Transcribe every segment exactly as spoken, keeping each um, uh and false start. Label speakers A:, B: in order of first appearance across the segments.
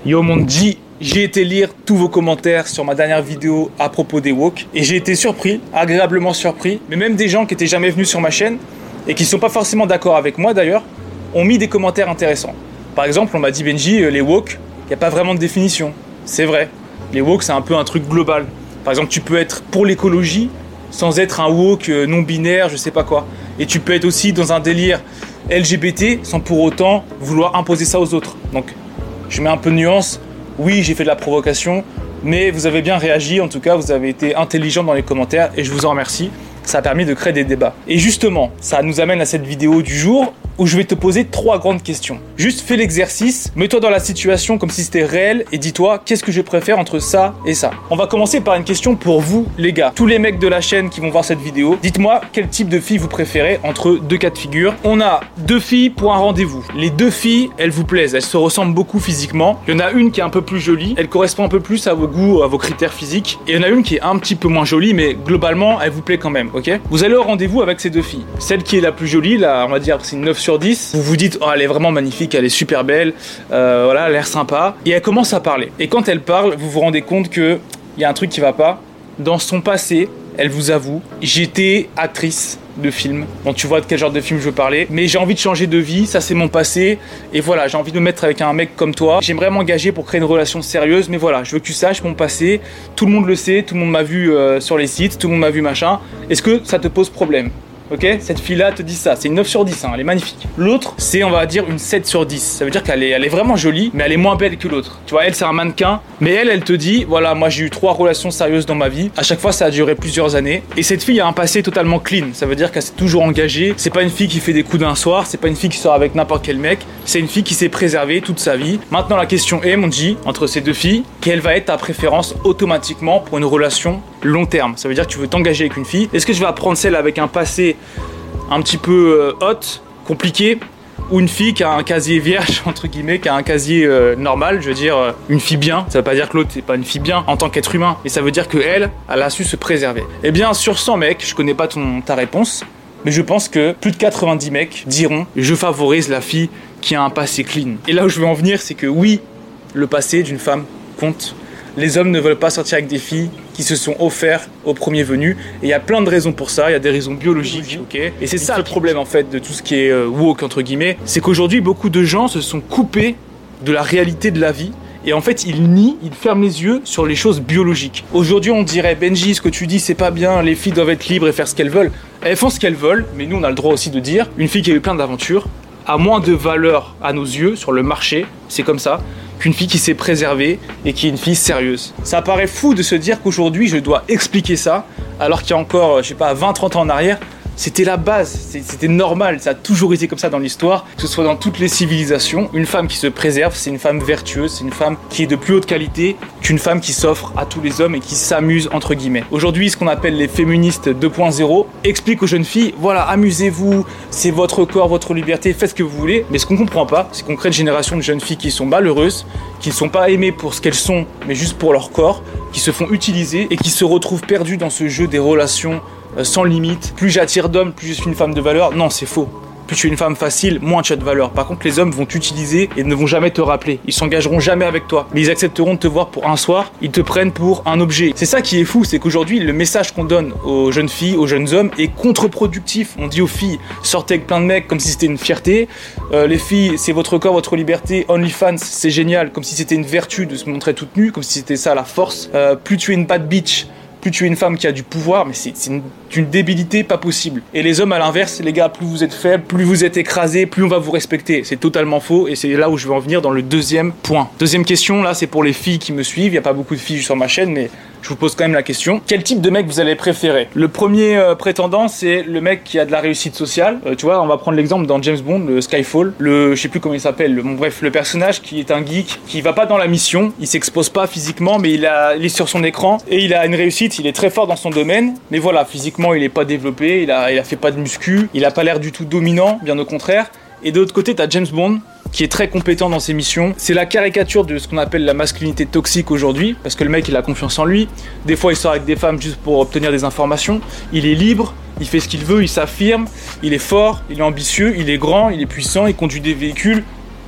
A: Yo mon G, j'ai été lire tous vos commentaires sur ma dernière vidéo à propos des woke et j'ai été surpris, agréablement surpris, mais même des gens qui étaient jamais venus sur ma chaîne et qui sont pas forcément d'accord avec moi d'ailleurs, ont mis des commentaires intéressants. Par exemple, on m'a dit Benji, les woke, il n'y a pas vraiment de définition. C'est vrai, les woke c'est un peu un truc global. Par exemple, tu peux être pour l'écologie sans être un woke non binaire, je sais pas quoi. Et tu peux être aussi dans un délire L G B T sans pour autant vouloir imposer ça aux autres. Donc, je mets un peu de nuance. Oui, j'ai fait de la provocation, mais vous avez bien réagi. En tout cas, vous avez été intelligent dans les commentaires et je vous en remercie. Ça a permis de créer des débats. Et justement, ça nous amène à cette vidéo du jour où je vais te poser trois grandes questions. Juste fais l'exercice, mets-toi dans la situation comme si c'était réel et dis-toi qu'est-ce que je préfère entre ça et ça. On va commencer par une question pour vous les gars. Tous les mecs de la chaîne qui vont voir cette vidéo, dites-moi quel type de fille vous préférez entre deux cas de figure. On a deux filles pour un rendez-vous. Les deux filles, elles vous plaisent, elles se ressemblent beaucoup physiquement. Il y en a une qui est un peu plus jolie, elle correspond un peu plus à vos goûts, à vos critères physiques. Et il y en a une qui est un petit peu moins jolie, mais globalement, elle vous plaît quand même, ok? Vous allez au rendez-vous avec ces deux filles. Celle qui est la plus jolie, là, on va dire c'est une neuf sur dix. Vous vous dites, oh, elle est vraiment magnifique, elle est super belle, euh, voilà, elle a l'air sympa. Et elle commence à parler. Et quand elle parle, vous vous rendez compte qu'il y a un truc qui va pas. Dans son passé, elle vous avoue, j'étais actrice de film. Bon, tu vois de quel genre de film je veux parler. Mais j'ai envie de changer de vie, ça c'est mon passé. Et voilà, j'ai envie de me mettre avec un mec comme toi. J'aimerais m'engager pour créer une relation sérieuse. Mais voilà, je veux que tu saches mon passé. Tout le monde le sait, tout le monde m'a vu euh, sur les sites, tout le monde m'a vu machin. Est-ce que ça te pose problème ? Ok, cette fille-là te dit ça, c'est une neuf sur dix, hein, elle est magnifique. L'autre, c'est on va dire une sept sur dix. Ça veut dire qu'elle est, elle est vraiment jolie, mais elle est moins belle que l'autre. Tu vois, elle, c'est un mannequin, mais elle, elle te dit, voilà, moi j'ai eu trois relations sérieuses dans ma vie. À chaque fois, ça a duré plusieurs années. Et cette fille a un passé totalement clean. Ça veut dire qu'elle s'est toujours engagée. C'est pas une fille qui fait des coups d'un soir, c'est pas une fille qui sort avec n'importe quel mec. C'est une fille qui s'est préservée toute sa vie. Maintenant, la question est, mon G, entre ces deux filles, quelle va être ta préférence automatiquement pour une relation long terme? Ça veut dire que tu veux t'engager avec une fille. Est-ce que je vais prendre celle avec un passé un petit peu euh, hot, compliqué, ou une fille qui a un casier vierge, entre guillemets, qui a un casier euh, normal, je veux dire, euh, une fille bien. Ça veut pas dire que l'autre c'est pas une fille bien en tant qu'être humain, mais ça veut dire qu'elle, elle a su se préserver. Eh bien, sur cent mecs, je connais pas ton, ta réponse, mais je pense que plus de quatre-vingt-dix mecs diront « je favorise la fille qui a un passé clean ». Et là où je veux en venir, c'est que oui, le passé d'une femme compte. Les hommes ne veulent pas sortir avec des filles qui se sont offerts au premier venu. Et il y a plein de raisons pour ça. Il y a des raisons biologiques, ok. Et c'est ça le problème en fait de tout ce qui est euh, woke entre guillemets. C'est qu'aujourd'hui, beaucoup de gens se sont coupés de la réalité de la vie. Et en fait, ils nient, ils ferment les yeux sur les choses biologiques. Aujourd'hui, on dirait, Benji, ce que tu dis, c'est pas bien, les filles doivent être libres et faire ce qu'elles veulent. Elles font ce qu'elles veulent, mais nous, on a le droit aussi de dire, une fille qui a eu plein d'aventures a moins de valeur à nos yeux sur le marché, c'est comme ça, qu'une fille qui s'est préservée et qui est une fille sérieuse. Ça paraît fou de se dire qu'aujourd'hui je dois expliquer ça, alors qu'il y a encore, je sais pas, vingt trente ans en arrière, c'était la base, c'était normal, ça a toujours été comme ça dans l'histoire, que ce soit dans toutes les civilisations. Une femme qui se préserve, c'est une femme vertueuse, c'est une femme qui est de plus haute qualité qu'une femme qui s'offre à tous les hommes et qui s'amuse entre guillemets. Aujourd'hui, ce qu'on appelle les féministes deux point zéro explique aux jeunes filles, voilà, amusez-vous, c'est votre corps, votre liberté, faites ce que vous voulez. Mais ce qu'on comprend pas, c'est qu'on crée une génération de jeunes filles qui sont malheureuses, qui ne sont pas aimées pour ce qu'elles sont, mais juste pour leur corps, qui se font utiliser et qui se retrouvent perdues dans ce jeu des relations sans limite. Plus j'attire d'hommes, plus je suis une femme de valeur. Non, c'est faux. Plus tu es une femme facile, moins tu as de valeur. Par contre, les hommes vont t'utiliser et ne vont jamais te rappeler. Ils s'engageront jamais avec toi. Mais ils accepteront de te voir pour un soir. Ils te prennent pour un objet. C'est ça qui est fou, c'est qu'aujourd'hui, le message qu'on donne aux jeunes filles, aux jeunes hommes est contre-productif. On dit aux filles, sortez avec plein de mecs comme si c'était une fierté. Euh, les filles, c'est votre corps, votre liberté. OnlyFans, c'est génial. Comme si c'était une vertu de se montrer toute nue. Comme si c'était ça la force. Euh, plus tu es une bad bitch, plus tu es une femme qui a du pouvoir, mais c'est une, une débilité pas possible. Et les hommes à l'inverse, les gars, plus vous êtes faibles, plus vous êtes écrasés, plus on va vous respecter. C'est totalement faux et c'est là où je veux en venir dans le deuxième point. Deuxième question, là c'est pour les filles qui me suivent, il n'y a pas beaucoup de filles sur ma chaîne, mais je vous pose quand même la question. Quel type de mec vous allez préférer? Le premier euh, prétendant, c'est le mec qui a de la réussite sociale. Euh, tu vois, on va prendre l'exemple dans James Bond, le Skyfall. Le, je sais plus comment il s'appelle, le, bon, bref, le personnage qui est un geek, qui va pas dans la mission, il s'expose pas physiquement, mais il, a, il est sur son écran et il a une réussite, il est très fort dans son domaine. Mais voilà, physiquement, il est pas développé, il a, il a fait pas de muscu, il a pas l'air du tout dominant, bien au contraire. Et de l'autre côté, t'as James Bond, qui est très compétent dans ses missions. C'est la caricature de ce qu'on appelle la masculinité toxique aujourd'hui, parce que le mec il a confiance en lui. Des fois il sort avec des femmes juste pour obtenir des informations. Il est libre, il fait ce qu'il veut, il s'affirme, il est fort, il est ambitieux, il est grand, il est puissant, il conduit des véhicules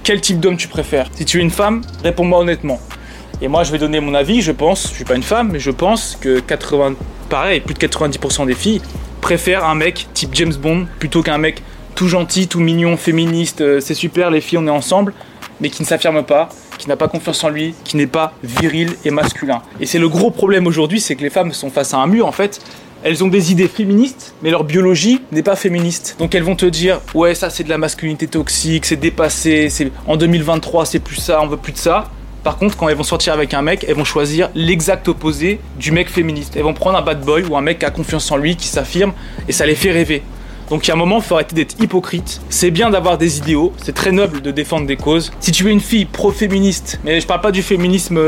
A: quel type d'homme tu préfères? Si tu es une femme, réponds-moi honnêtement. Et moi, je vais donner mon avis, je pense, je suis pas une femme, mais je pense que quatre-vingts, pareil, plus de quatre-vingt-dix pour cent des filles préfèrent un mec type James Bond plutôt qu'un mec tout gentil, tout mignon, féministe, euh, c'est super, les filles, on est ensemble, mais qui ne s'affirme pas, qui n'a pas confiance en lui, qui n'est pas viril et masculin. Et c'est le gros problème aujourd'hui, c'est que les femmes sont face à un mur, en fait. Elles ont des idées féministes, mais leur biologie n'est pas féministe. Donc elles vont te dire, ouais, ça c'est de la masculinité toxique, c'est dépassé, c'est... en deux mille vingt-trois c'est plus ça, on veut plus de ça. Par contre, quand elles vont sortir avec un mec, elles vont choisir l'exact opposé du mec féministe. Elles vont prendre un bad boy ou un mec qui a confiance en lui, qui s'affirme, et ça les fait rêver. Donc il y a un moment, il faut arrêter d'être hypocrite. C'est bien d'avoir des idéaux, c'est très noble de défendre des causes. Si tu es une fille pro-féministe, mais je parle pas du féminisme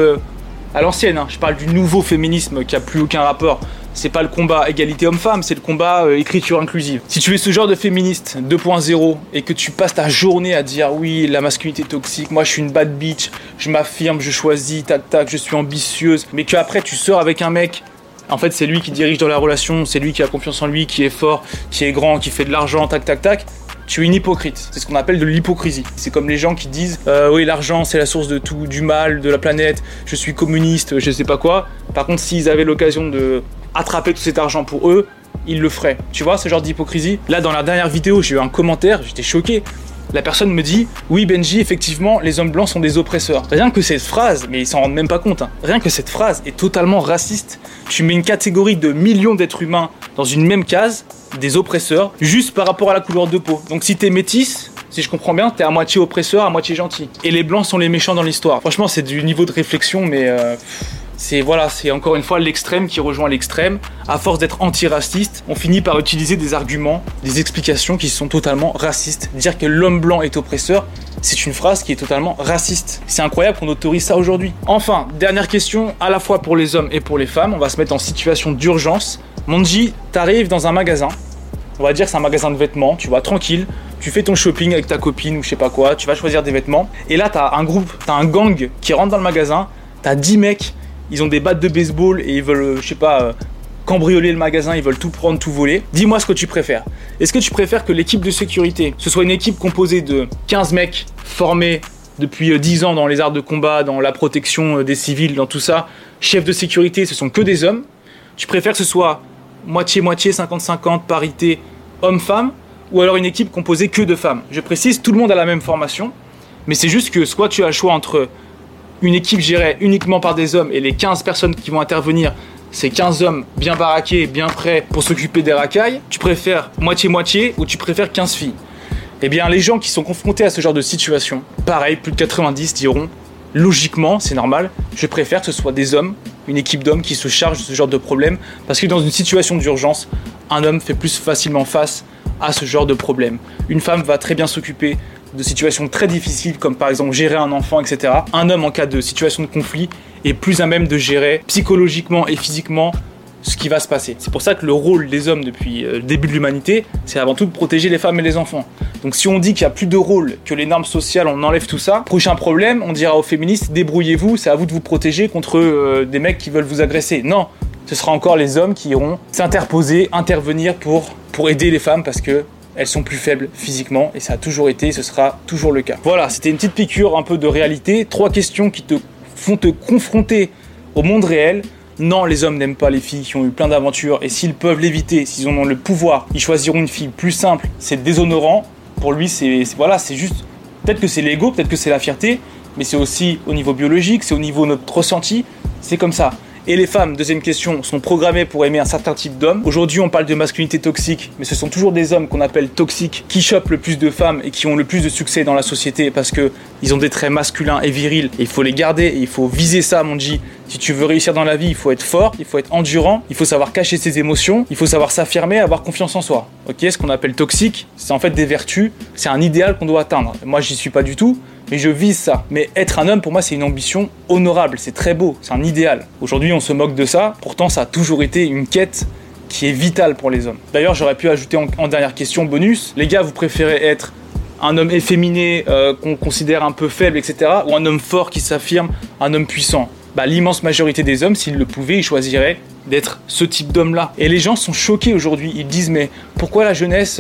A: à l'ancienne, hein, je parle du nouveau féminisme qui a plus aucun rapport. C'est pas le combat égalité homme-femme, c'est le combat euh, écriture inclusive. Si tu es ce genre de féministe deux point zéro et que tu passes ta journée à dire oui, la masculinité toxique, moi je suis une bad bitch, je m'affirme, je choisis, tac tac, je suis ambitieuse, mais qu'après tu sors avec un mec, en fait c'est lui qui dirige dans la relation, c'est lui qui a confiance en lui, qui est fort, qui est grand, qui fait de l'argent, tac tac tac, tu es une hypocrite. C'est ce qu'on appelle de l'hypocrisie. C'est comme les gens qui disent euh, oui, l'argent c'est la source de tout, du mal, de la planète, je suis communiste, je sais pas quoi. Par contre, s'ils avaient l'occasion de attraper tout cet argent pour eux, ils le feraient. Tu vois, ce genre d'hypocrisie. Là, dans la dernière vidéo, j'ai eu un commentaire, j'étais choqué. La personne me dit « Oui Benji, effectivement, les hommes blancs sont des oppresseurs. » Rien que cette phrase, mais ils s'en rendent même pas compte, hein, rien que cette phrase est totalement raciste. Tu mets une catégorie de millions d'êtres humains dans une même case, des oppresseurs, juste par rapport à la couleur de peau. Donc si t'es métisse, si je comprends bien, t'es à moitié oppresseur, à moitié gentil. Et les blancs sont les méchants dans l'histoire. Franchement, c'est du niveau de réflexion, mais... Euh... C'est voilà, c'est encore une fois l'extrême qui rejoint l'extrême. À force d'être antiraciste, on finit par utiliser des arguments, des explications qui sont totalement racistes. Dire que l'homme blanc est oppresseur, c'est une phrase qui est totalement raciste. C'est incroyable qu'on autorise ça aujourd'hui. Enfin, dernière question, à la fois pour les hommes et pour les femmes, on va se mettre en situation d'urgence. Monji, t'arrives dans un magasin, on va dire que c'est un magasin de vêtements, tu vois, tranquille, tu fais ton shopping avec ta copine ou je sais pas quoi, tu vas choisir des vêtements, et là t'as un groupe, t'as un gang qui rentre dans le magasin, t'as dix mecs, ils ont des battes de baseball et ils veulent, je sais pas, euh, cambrioler le magasin, ils veulent tout prendre, tout voler. Dis-moi ce que tu préfères. Est-ce que tu préfères que l'équipe de sécurité, ce soit une équipe composée de quinze mecs formés depuis euh, dix ans dans les arts de combat, dans la protection euh, des civils, dans tout ça, chefs de sécurité, ce sont que des hommes. Tu préfères que ce soit moitié-moitié, cinquante cinquante, parité, homme-femme, ou alors une équipe composée que de femmes? Je précise, tout le monde a la même formation, mais c'est juste que soit tu as le choix entre une équipe gérée uniquement par des hommes et les quinze personnes qui vont intervenir, c'est quinze hommes bien baraqués, bien prêts pour s'occuper des racailles. Tu préfères moitié-moitié ou tu préfères quinze filles? Eh bien, les gens qui sont confrontés à ce genre de situation, pareil, plus de quatre-vingt-dix diront, logiquement, c'est normal, je préfère que ce soit des hommes, une équipe d'hommes qui se charge de ce genre de problème, parce que dans une situation d'urgence, un homme fait plus facilement face à ce genre de problème. Une femme va très bien s'occuper de situations très difficiles comme par exemple gérer un enfant, et cetera. Un homme en cas de situation de conflit est plus à même de gérer psychologiquement et physiquement ce qui va se passer. C'est pour ça que le rôle des hommes depuis le début de l'humanité, c'est avant tout de protéger les femmes et les enfants. Donc si on dit qu'il n'y a plus de rôle, que les normes sociales, on enlève tout ça, prochain problème, on dira aux féministes, débrouillez-vous, c'est à vous de vous protéger contre euh, des mecs qui veulent vous agresser. Non, ce sera encore les hommes qui iront s'interposer, intervenir pour, pour aider les femmes parce que elles sont plus faibles physiquement et ça a toujours été et ce sera toujours le cas. Voilà, c'était une petite piqûre un peu de réalité. Trois questions qui te font te confronter au monde réel. Non, les hommes n'aiment pas les filles qui ont eu plein d'aventures et s'ils peuvent l'éviter, s'ils en ont le pouvoir, ils choisiront une fille plus simple. C'est déshonorant. Pour lui, c'est, c'est voilà, c'est juste... Peut-être que c'est l'ego, peut-être que c'est la fierté, mais c'est aussi au niveau biologique, c'est au niveau de notre ressenti. C'est comme ça. Et les femmes, deuxième question, sont programmées pour aimer un certain type d'hommes. Aujourd'hui, on parle de masculinité toxique, mais ce sont toujours des hommes qu'on appelle toxiques, qui chopent le plus de femmes et qui ont le plus de succès dans la société parce qu'ils ont des traits masculins et virils. Et il faut les garder et il faut viser ça, mon G. Si tu veux réussir dans la vie, il faut être fort, il faut être endurant, il faut savoir cacher ses émotions, il faut savoir s'affirmer, avoir confiance en soi. Ok, ce qu'on appelle toxique, c'est en fait des vertus, c'est un idéal qu'on doit atteindre. Moi, j'y suis pas du tout. Mais je vise ça. Mais être un homme, pour moi, c'est une ambition honorable, c'est très beau, c'est un idéal. Aujourd'hui, on se moque de ça, pourtant ça a toujours été une quête qui est vitale pour les hommes. D'ailleurs, j'aurais pu ajouter en, en dernière question bonus, les gars, vous préférez être un homme efféminé, euh, qu'on considère un peu faible, et cetera, ou un homme fort qui s'affirme, un homme puissant? Bah, l'immense majorité des hommes, s'ils le pouvaient, ils choisiraient d'être ce type d'homme-là. Et les gens sont choqués aujourd'hui, ils disent, mais pourquoi la jeunesse... Euh,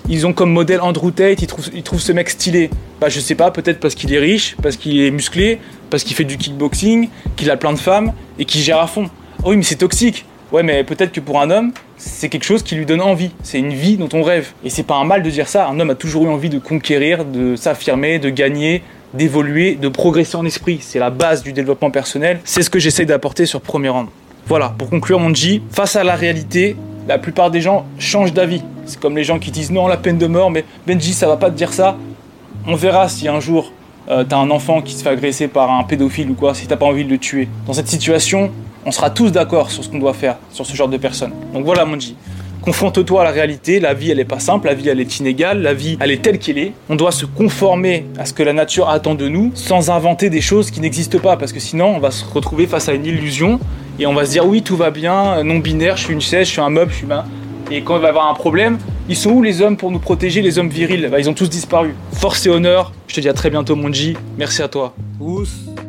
A: ils ont comme modèle Andrew Tate, ils trouvent, ils trouvent ce mec stylé. Bah je sais pas, peut-être parce qu'il est riche, parce qu'il est musclé, parce qu'il fait du kickboxing, qu'il a plein de femmes et qu'il gère à fond. Oh oui mais c'est toxique. Ouais mais peut-être que pour un homme, c'est quelque chose qui lui donne envie. C'est une vie dont on rêve. Et c'est pas un mal de dire ça. Un homme a toujours eu envie de conquérir, de s'affirmer, de gagner, d'évoluer, de progresser en esprit. C'est la base du développement personnel. C'est ce que j'essaie d'apporter sur Premier Round. Voilà, pour conclure mon G, face à la réalité, la plupart des gens changent d'avis. C'est comme les gens qui disent non, la peine de mort, mais Benji, ça va pas te dire ça. On verra si un jour euh, t'as un enfant qui se fait agresser par un pédophile ou quoi, si t'as pas envie de le tuer. Dans cette situation, on sera tous d'accord sur ce qu'on doit faire, sur ce genre de personnes. Donc voilà mon G. Confronte-toi à la réalité, la vie elle est pas simple, la vie elle est inégale, la vie elle est telle qu'elle est. On doit se conformer à ce que la nature attend de nous sans inventer des choses qui n'existent pas parce que sinon on va se retrouver face à une illusion et on va se dire oui tout va bien, non binaire, je suis une chaise, je suis un meuble, je suis un... Et quand il va y avoir un problème, ils sont où les hommes pour nous protéger, les hommes virils? Bah, ils ont tous disparu. Force et honneur, je te dis à très bientôt mon G, merci à toi. Ous.